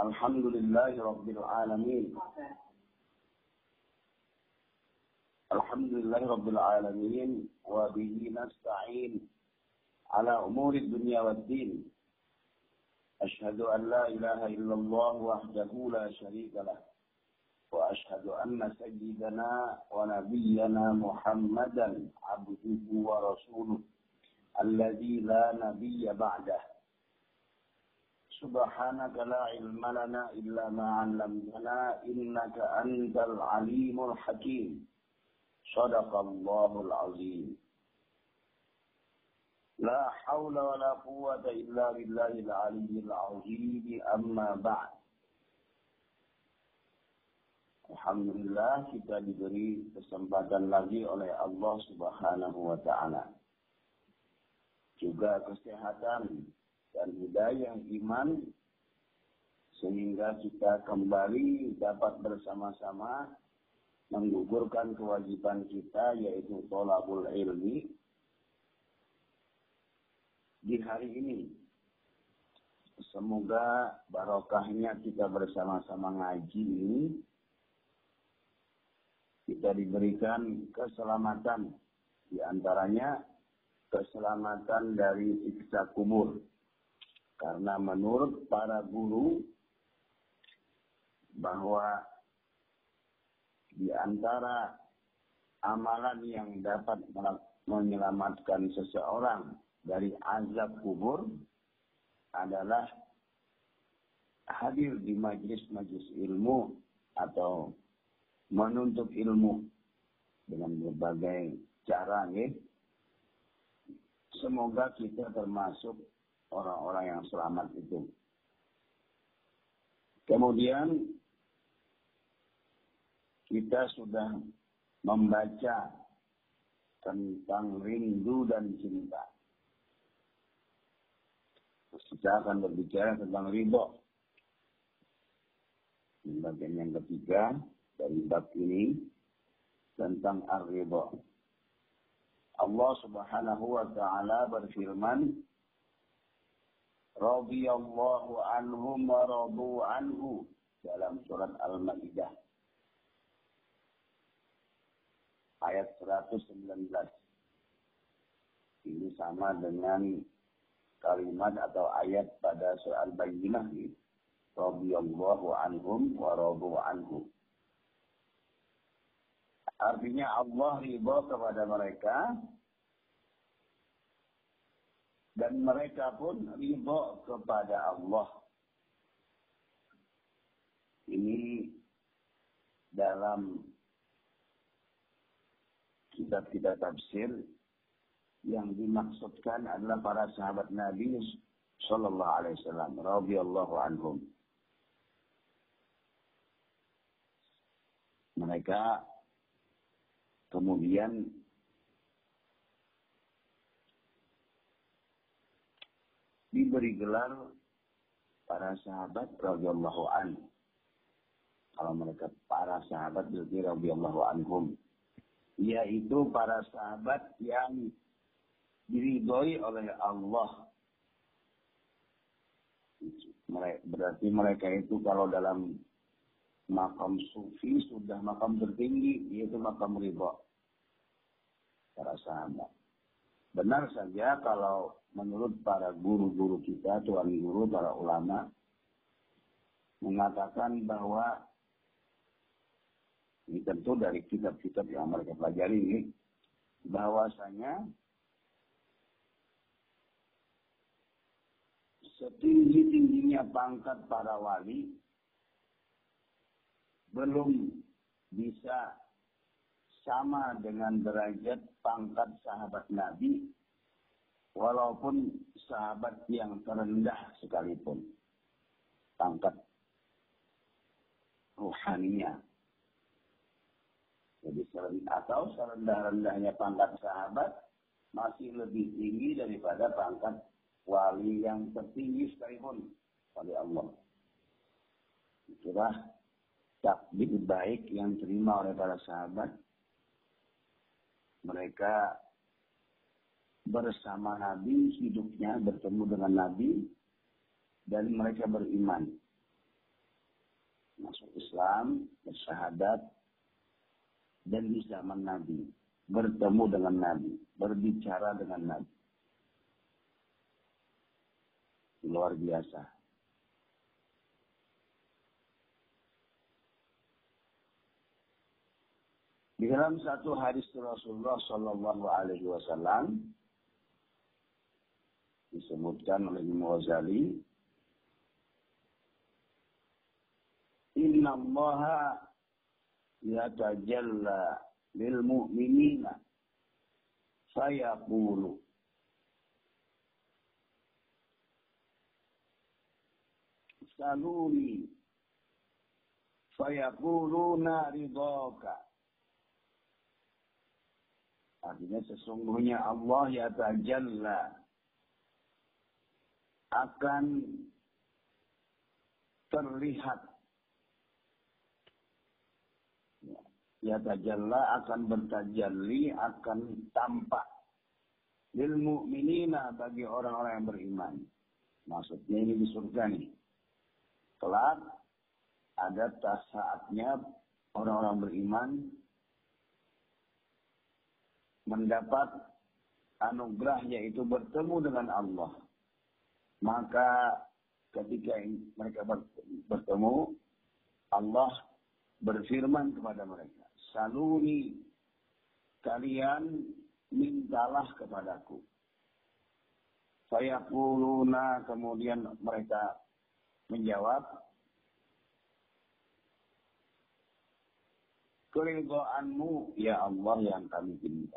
Alhamdulillahi Rabbil Alamin. Alhamdulillahi Rabbil Alamin. Wa bihi nasta'in ala umuri dunya wad din. Ashhadu an la ilaha illallah wahdahu la syarika lah. Wa ashhadu anna sayyidana wa nabiyyana Muhammadan abduhu wa rasuluh. Alladzi la nabiyya ba'dah. Subhanaka la ilma lana illa ma 'allamtana innaka antal alimul hakim. Shadaqallahul azim. La haula wa la quwwata illa billahil aliyyil azim. Amma ba'd. Alhamdulillah kita diberi kesempatan lagi oleh Allah Subhanahu wa taala. Juga kesehatan dan hidayah iman sehingga kita kembali dapat bersama-sama menggugurkan kewajiban kita yaitu thalabul ilmi di hari ini. Semoga barokahnya kita bersama-sama ngaji ini kita diberikan keselamatan, di antaranya keselamatan dari siksa kubur. Karena menurut para guru bahwa di antara amalan yang dapat menyelamatkan seseorang dari azab kubur adalah hadir di majlis-majlis ilmu atau menuntut ilmu dengan berbagai cara. Semoga kita termasuk orang-orang yang selamat itu. Kemudian kita sudah membaca tentang rindu dan cinta. Kita akan berbicara tentang ridho. Bagian yang ketiga dari bab ini tentang ar-ridho. Allah Subhanahu wa taala berfirman, radhiyallahu anhum wa radu anhu dalam surat Al-Maidah ayat 119. Ini sama dengan kalimat atau ayat pada surat Al-Bayyinah ini. Radhiyallahu anhum wa radu anhu. Artinya Allah ridha kepada mereka dan mereka pun ridha kepada Allah. Ini dalam kitab-kitab tafsir yang dimaksudkan adalah para sahabat Nabi sallallahu alaihi wasallam radhiyallahu anhum. Mereka kemudian diberi gelar para sahabat radhiyallahu anhu. Kalau mereka para sahabat berarti radhiyallahu anhum, yaitu para sahabat yang diridhoi oleh Allah. Berarti mereka itu kalau dalam makam sufi sudah makam tertinggi, yaitu makam ridha para sahabat. Benar saja kalau menurut para guru-guru kita, tuan guru, para ulama, mengatakan bahwa ini tentu dari kitab-kitab yang mereka pelajari ini, bahwasanya setinggi-tingginya pangkat para wali belum bisa sama dengan derajat pangkat sahabat Nabi, walaupun sahabat yang terendah sekalipun pangkat ruhaninya. Jadi atau serendah-rendahnya pangkat sahabat masih lebih tinggi daripada pangkat wali yang tertinggi sekalipun oleh Allah. Itulah takdir baik yang terima oleh para sahabat. Mereka bersama Nabi hidupnya, bertemu dengan Nabi, dan mereka beriman. masuk Islam, bersyahadat, dan di zaman Nabi, bertemu dengan Nabi, berbicara dengan Nabi. Luar biasa. Di dalam satu hadis Rasulullah Shallallahu Alaihi Wasallam disebutkan oleh Imam Ghazali, Inna Allaha yatajalla lil mu'minina fayaqulu saluni fayaquluna ridhaka. Artinya sesungguhnya Allah yatajalla akan terlihat, yatajalla akan bertajalli, akan tampak lil mu'minina bagi orang-orang yang beriman. Maksudnya ini di surga nih. Kelak ada saatnya orang-orang beriman mendapat anugerah, yaitu bertemu dengan Allah. Maka ketika mereka bertemu, Allah berfirman kepada mereka, saluni, kalian mintalah kepadaku. Fayaquluna, kemudian mereka menjawab, keridhaanmu ya Allah yang kami minta.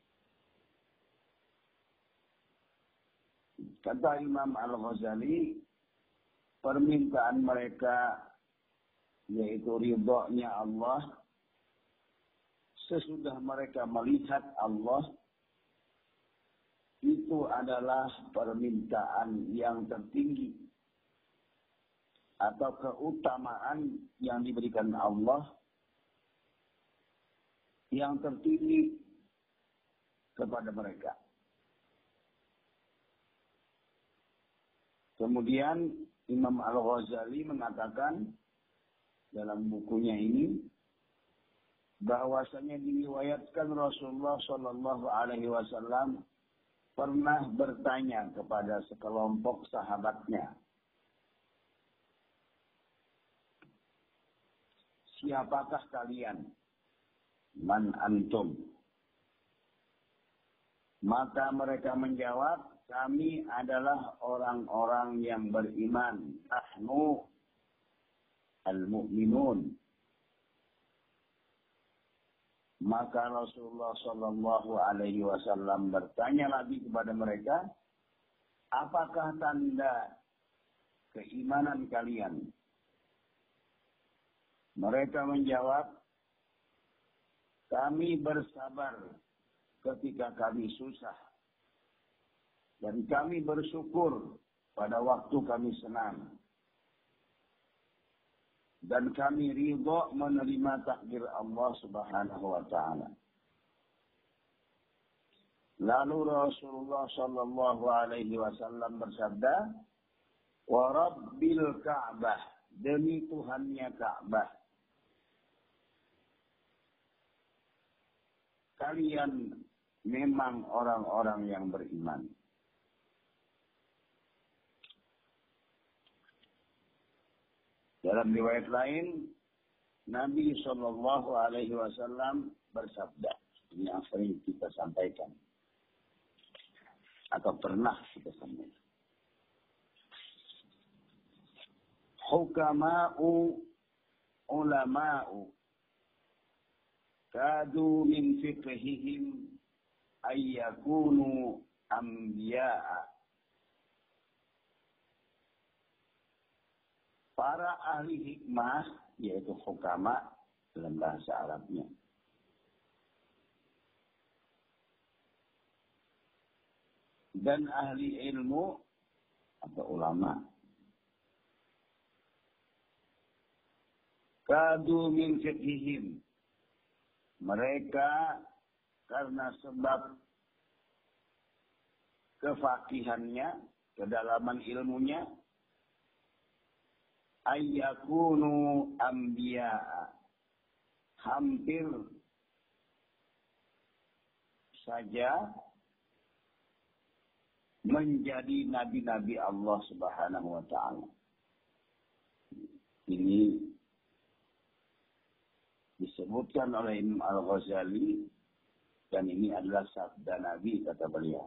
Kata Imam Al-Ghazali, permintaan mereka yaitu ridhonya Allah, sesudah mereka melihat Allah, itu adalah permintaan yang tertinggi atau keutamaan yang diberikan Allah yang tertinggi kepada mereka. Kemudian Imam Al-Ghazali mengatakan dalam bukunya ini bahwasanya diriwayatkan Rasulullah Shallallahu Alaihi Wasallam pernah bertanya kepada sekelompok sahabatnya, siapakah kalian? Man antum? Maka mereka menjawab, kami adalah orang-orang yang beriman. Nahnu al-mu'minun. Maka Rasulullah Shallallahu Alaihi Wasallam bertanya lagi kepada mereka, apakah tanda keimanan kalian? Mereka menjawab, kami bersabar ketika kami susah, dan kami bersyukur pada waktu kami senang, dan kami ridho menerima takdir Allah Subhanahu wa Ta'ala. Lalu Rasulullah Shallallahu Alaihi Wasallam bersabda, wa Rabbil Ka'bah, demi Tuhannya Ka'bah, kalian memang orang-orang yang beriman. Dalam riwayat lain, Nabi Shallallahu Alaihi Wasallam bersabda, ini yang sering kita sampaikan atau pernah kita sampaikan. Hukama'u ulama'u kadu min fiqhihim ayyakunu anbiya'a. Para ahli hikmah, yaitu hukama dalam bahasa Arabnya, dan ahli ilmu atau ulama, kadu min fiqhihim, mereka karena sebab kefakihannya, kedalaman ilmunya, ayyakunu anbiya'a. Hampir saja menjadi nabi-nabi Allah Subhanahu wa ta'ala. Ini disebutkan oleh Imam Al-Ghazali dan ini adalah sabda Nabi, kata beliau.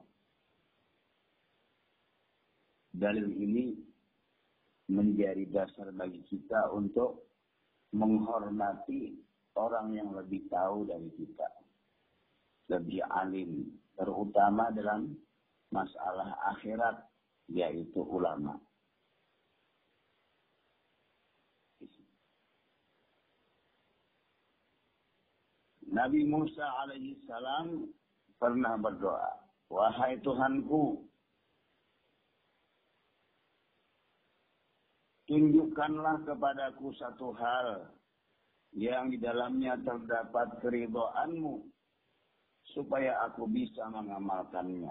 Dalil ini menjadi dasar bagi kita untuk menghormati orang yang lebih tahu dari kita, lebih alim, terutama dalam masalah akhirat, yaitu ulama. Nabi Musa alaihi salam pernah berdoa, wahai Tuhanku, tunjukkanlah kepadaku satu hal yang di dalamnya terdapat keridhaan-Mu, supaya aku bisa mengamalkannya.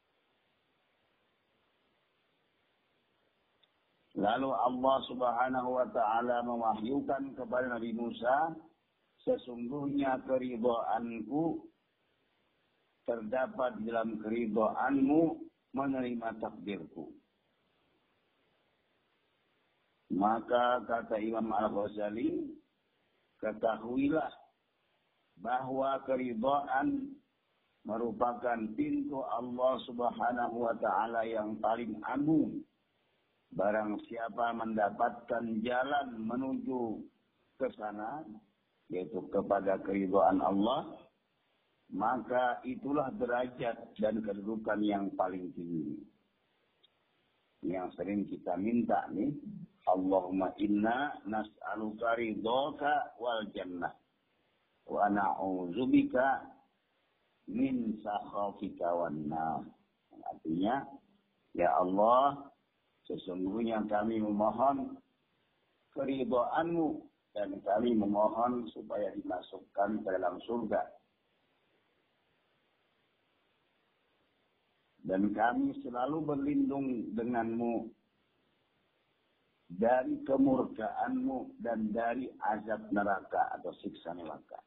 Lalu Allah Subhanahu wa ta'ala mewahyukan kepada Nabi Musa, sesungguhnya keridhaan-Ku terdapat dalam keridhaan-Mu menerima takdirku. Maka kata Imam Al-Ghazali, ketahuilah bahwa keridhaan merupakan pintu Allah Subhanahu wa ta'ala yang paling agung. Barang siapa mendapatkan jalan menuju ke sana, yaitu kepada keridhaan Allah, maka itulah derajat dan kedudukan yang paling tinggi. Yang sering kita minta nih, Allahumma inna nas'aluka ridhaka wal jannah wa na'udzubika min sakhatika wan nar. Artinya, ya Allah, sesungguhnya kami memohon keridhaan-Mu dan kami memohon supaya dimasukkan ke dalam surga. Dan kami selalu berlindung dengan-Mu dari kemurkaan-Mu dan dari azab neraka atau siksa neraka.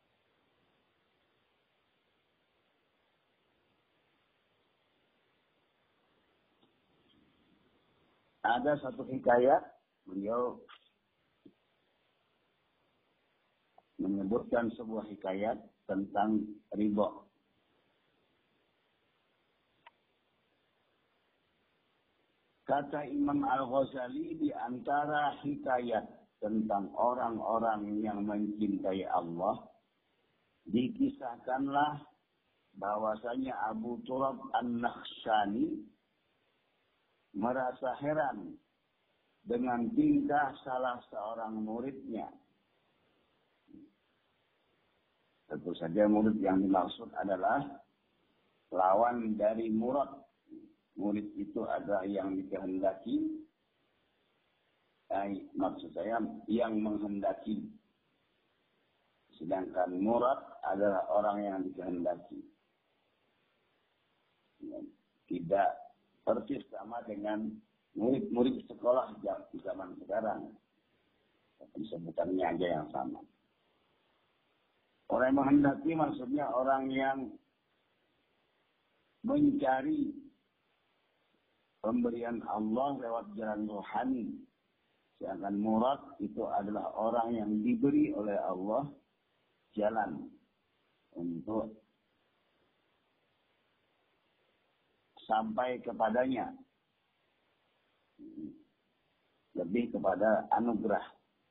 Ada satu hikayat, beliau menyebutkan sebuah hikayat tentang ridha. Kata Imam Al-Ghazali, di antara hikayat tentang orang-orang yang mencintai Allah, dikisahkanlah bahwasanya Abu Turab An-Nakhshani merasa heran dengan tingkah salah seorang muridnya. Tentu saja murid yang dimaksud adalah lawan dari murad. Murid itu adalah yang dikehendaki, maksud saya yang menghendaki. Sedangkan murad adalah orang yang dikehendaki. Tidak persis sama dengan murid-murid sekolah di zaman sekarang. Sebutannya aja yang sama. Orang yang menghendaki maksudnya orang yang mencari pemberian Allah lewat jalan rohani. Sedangkan murad itu adalah orang yang diberi oleh Allah jalan untuk sampai kepadanya. Lebih kepada anugerah.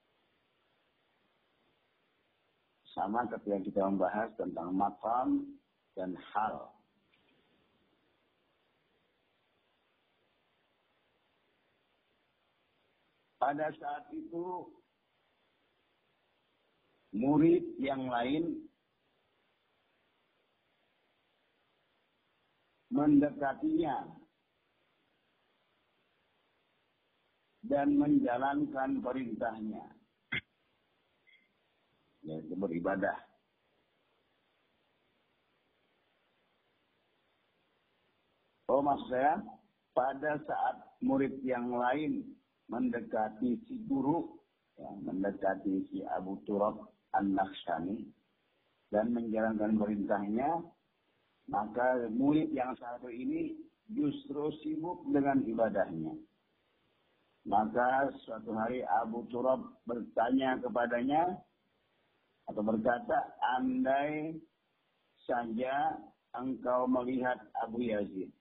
Sama ketika kita membahas tentang maqam dan hal. Pada saat itu, murid yang lain mendekatinya dan menjalankan perintahnya, yaitu beribadah. Maksud saya, pada saat murid yang lain mendekati si guru, ya, mendekati si Abu Turab An-Nakhshani dan menjalankan perintahnya, maka murid yang satu ini justru sibuk dengan ibadahnya. Maka suatu hari Abu Turab bertanya kepadanya atau berkata, andai saja engkau melihat Abu Yazid.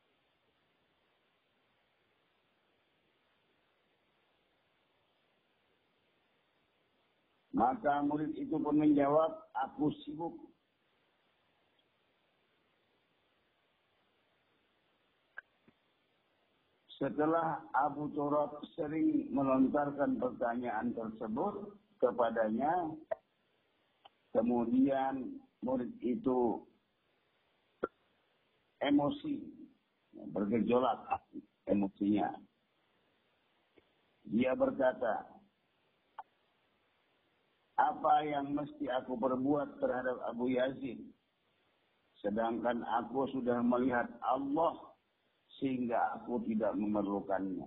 Maka murid itu pun menjawab, aku sibuk. Setelah Abu Turab sering melontarkan pertanyaan tersebut kepadanya, kemudian murid itu emosi, bergejolak emosinya. Dia berkata, apa yang mesti aku perbuat terhadap Abu Yazid? Sedangkan aku sudah melihat Allah sehingga aku tidak memerlukannya.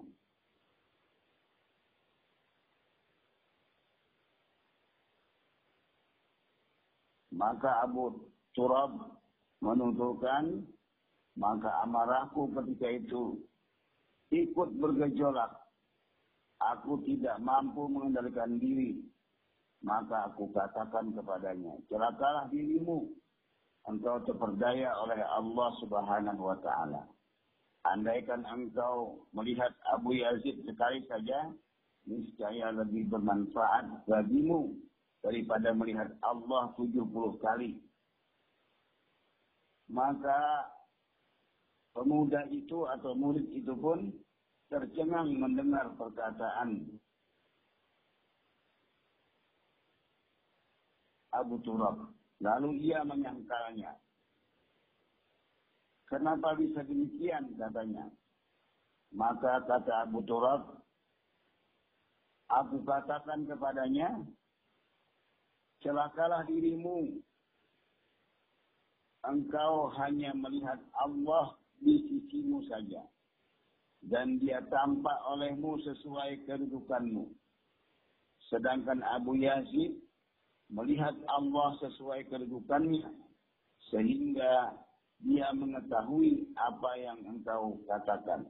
Maka Abu Turab menuturkan, maka amarahku ketika itu ikut bergejolak. Aku tidak mampu mengendalikan diri. Maka aku katakan kepadanya, celakalah dirimu, engkau terperdaya oleh Allah Subhanahu wa Ta'ala. Andaikan engkau melihat Abu Yazid sekali saja, niscaya lebih bermanfaat bagimu daripada melihat Allah 70 kali. Maka pemuda itu atau murid itu pun tercengang mendengar perkataan Abu Turab. Lalu ia menyangkalnya. Kenapa bisa demikian, katanya. Maka kata Abu Turab, aku katakan kepadanya, celakalah dirimu. Engkau hanya melihat Allah di sisimu saja. Dan dia tampak olehmu sesuai kedudukanmu. Sedangkan Abu Yazid melihat Allah sesuai kedudukannya, sehingga dia mengetahui apa yang engkau katakan.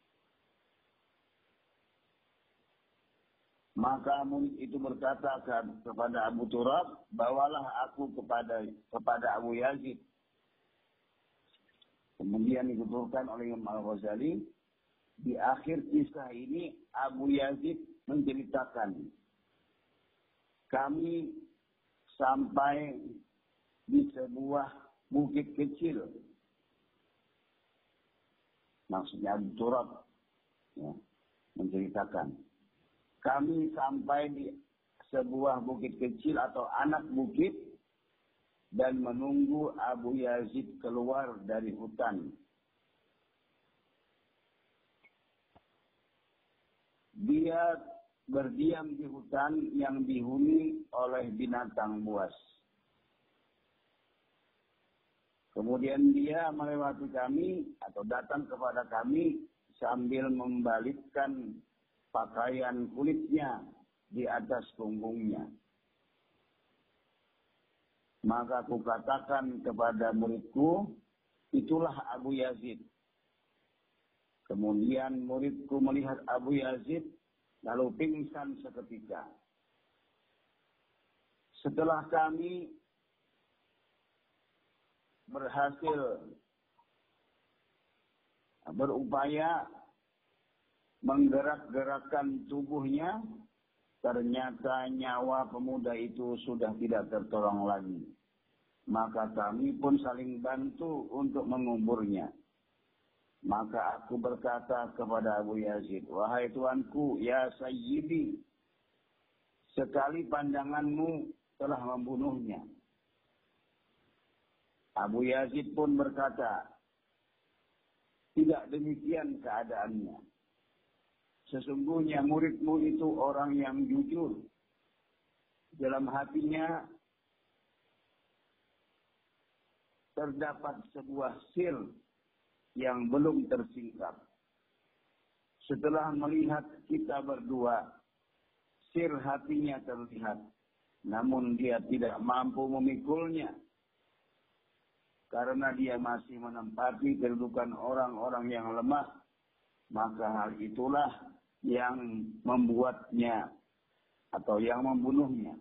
Maka murid itu berkata kepada Abu Turab, bawalah aku kepada Abu Yazid. Kemudian dituturkan oleh Imam Al-Ghazali, di akhir kisah ini Abu Yazid menceritakan, kami sampai di sebuah bukit kecil. Maksudnya Abu Turab ya, menceritakan. Kami sampai di sebuah bukit kecil atau anak bukit dan menunggu Abu Yazid keluar dari hutan. Dia berdiam di hutan yang dihuni oleh binatang buas. Kemudian dia melewati kami atau datang kepada kami sambil membalikkan pakaian kulitnya di atas punggungnya. Maka aku katakan kepada muridku, itulah Abu Yazid. Kemudian muridku melihat Abu Yazid, lalu pingsan seketika. Setelah kami berhasil berupaya menggerak-gerakkan tubuhnya, ternyata nyawa pemuda itu sudah tidak tertolong lagi. Maka kami pun saling bantu untuk menguburnya. Maka aku berkata kepada Abu Yazid, wahai tuanku, ya Sayyidi, sekali pandanganmu telah membunuhnya. Abu Yazid pun berkata, tidak demikian keadaannya. Sesungguhnya muridmu itu orang yang jujur. Dalam hatinya terdapat sebuah sir yang belum tersingkap. Setelah melihat kita berdua, sir hatinya terlihat, namun dia tidak mampu memikulnya. Karena dia masih menempati kedudukan orang-orang yang lemah, maka hal itulah yang membuatnya atau yang membunuhnya.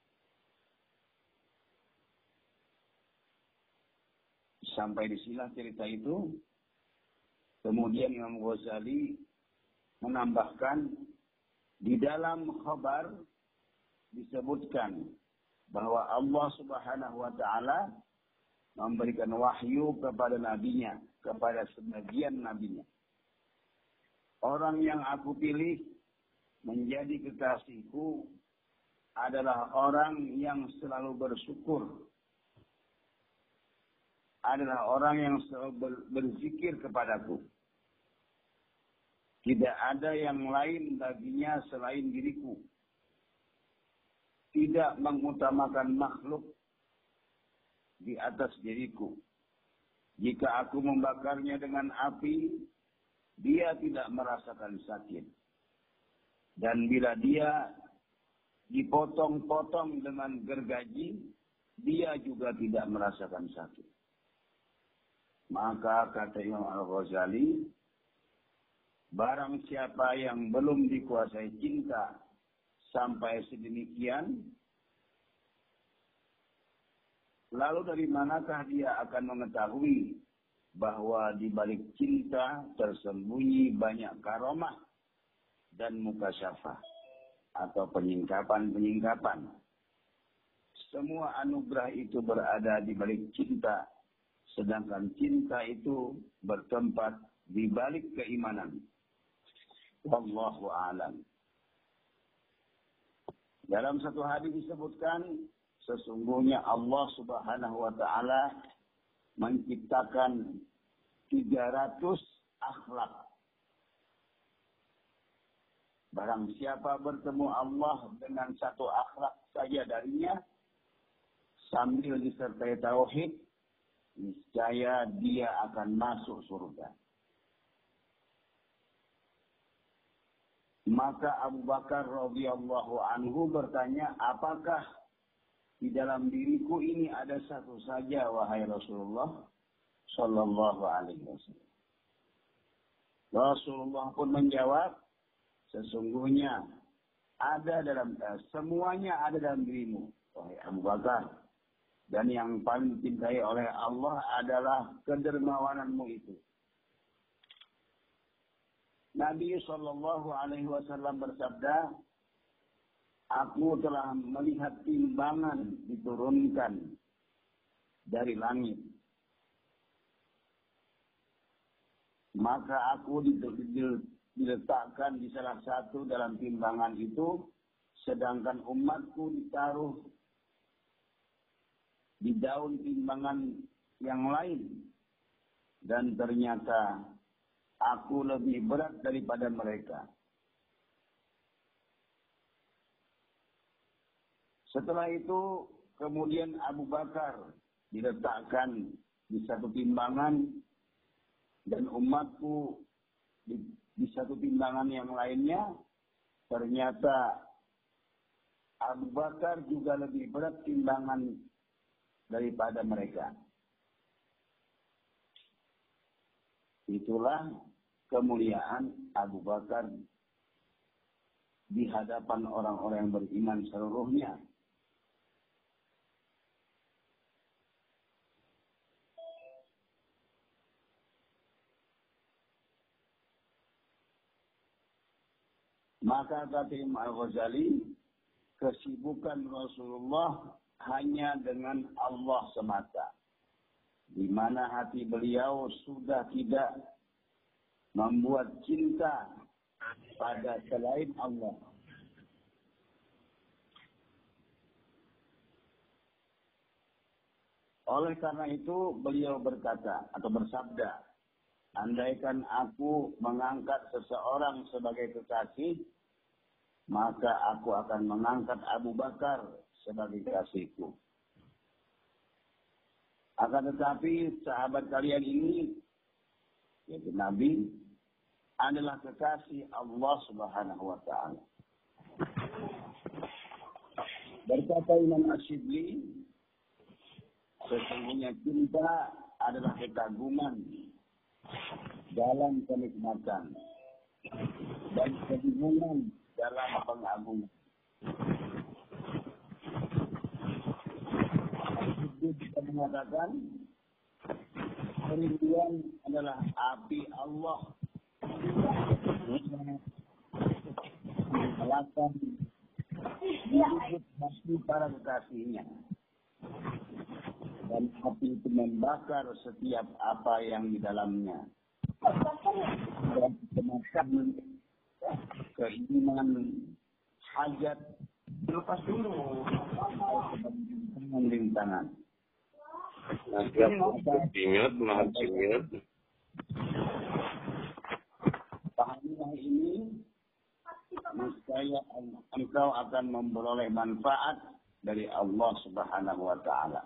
Sampai di sini cerita itu. Kemudian Imam Ghazali menambahkan, di dalam khabar disebutkan bahwa Allah Subhanahu wa Ta'ala memberikan wahyu kepada nabinya, kepada sebagian nabinya. Orang yang aku pilih menjadi kekasihku adalah orang yang selalu bersyukur. Adalah orang yang selalu berzikir kepadaku. Tidak ada yang lain baginya selain diriku. Tidak mengutamakan makhluk di atas diriku. Jika aku membakarnya dengan api, dia tidak merasakan sakit. Dan bila dia dipotong-potong dengan gergaji, dia juga tidak merasakan sakit. Maka kata Imam Al-Ghazali, barang siapa yang belum dikuasai cinta sampai sedemikian, lalu dari manakah dia akan mengetahui bahwa di balik cinta tersembunyi banyak karomah dan mukasyafah atau penyingkapan-penyingkapan. Semua anugerah itu berada di balik cinta, sedangkan cinta itu bertempat di balik keimanan. Wallahu a'lam. Dalam satu hadis disebutkan, sesungguhnya Allah Subhanahu wa Ta'ala menciptakan 300 akhlak. Barang siapa bertemu Allah dengan satu akhlak saja darinya, sambil disertai tauhid, niscaya dia akan masuk surga. Maka Abu Bakar radhiyallahu anhu bertanya, apakah di dalam diriku ini ada satu saja, wahai Rasulullah sallallahu alaihi wasallam. Rasulullah pun menjawab, sesungguhnya ada semuanya ada dalam dirimu, wahai Abu Bakar. Dan yang paling dicintai oleh Allah adalah kedermawananmu itu. Nabi sallallahu alaihi wasallam bersabda, aku telah melihat timbangan diturunkan dari langit. Maka aku diletakkan di salah satu dalam timbangan itu, sedangkan umatku ditaruh di daun timbangan yang lain. Dan ternyata aku lebih berat daripada mereka. Setelah itu, kemudian Abu Bakar diletakkan di satu timbangan dan umatku di satu timbangan yang lainnya. Ternyata Abu Bakar juga lebih berat timbangan daripada mereka. Itulah kemuliaan Abu Bakar di hadapan orang-orang yang beriman seluruhnya. Maka kata Imam Al-Ghazali, kesibukan Rasulullah hanya dengan Allah semata, di mana hati beliau sudah tidak membuat cinta pada selain Allah. Oleh karena itu beliau berkata atau bersabda, andaikan aku mengangkat seseorang sebagai kekasih, maka aku akan mengangkat Abu Bakar sebagai kekasihku. Akan tetapi sahabat kalian ini, yaitu Nabi, adalah kekasih Allah Subhanahu wa taala. Berkata Imam Asyibli, sesungguhnya cinta adalah kekaguman dalam kenikmatan dan kebingungan dalam pengagungan. Asyibli bisa mengatakan, kerinduan adalah api Allah. Alasan hidup hati para kekasihnya. Dan api itu membakar setiap apa yang di dalamnya. Dan semacam keinginan, hajat, lepas dulu. Rintangan. Ingat, maha ingat. Pahamilah ini, niscaya engkau akan memperoleh manfaat dari Allah Subhanahu wa taala.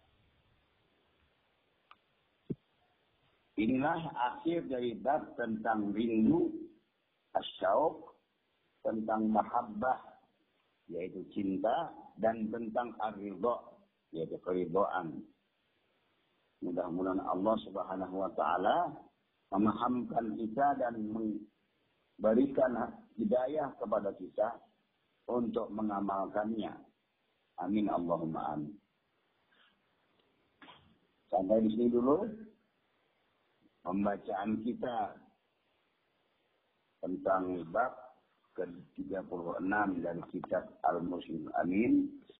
Inilah akhir dari bab tentang rindu, asyauq, tentang mahabbah, yaitu cinta, dan tentang ar-ridha, yaitu keridhaan. Mudah-mudahan Allah Subhanahu wa taala memahamkan kita dan memberikan hidayah kepada kita untuk mengamalkannya. Amin Allahumma amin. Sampai di sini dulu pembacaan kita tentang bab ke-36 dari kitab Al-Mursyidul Amin.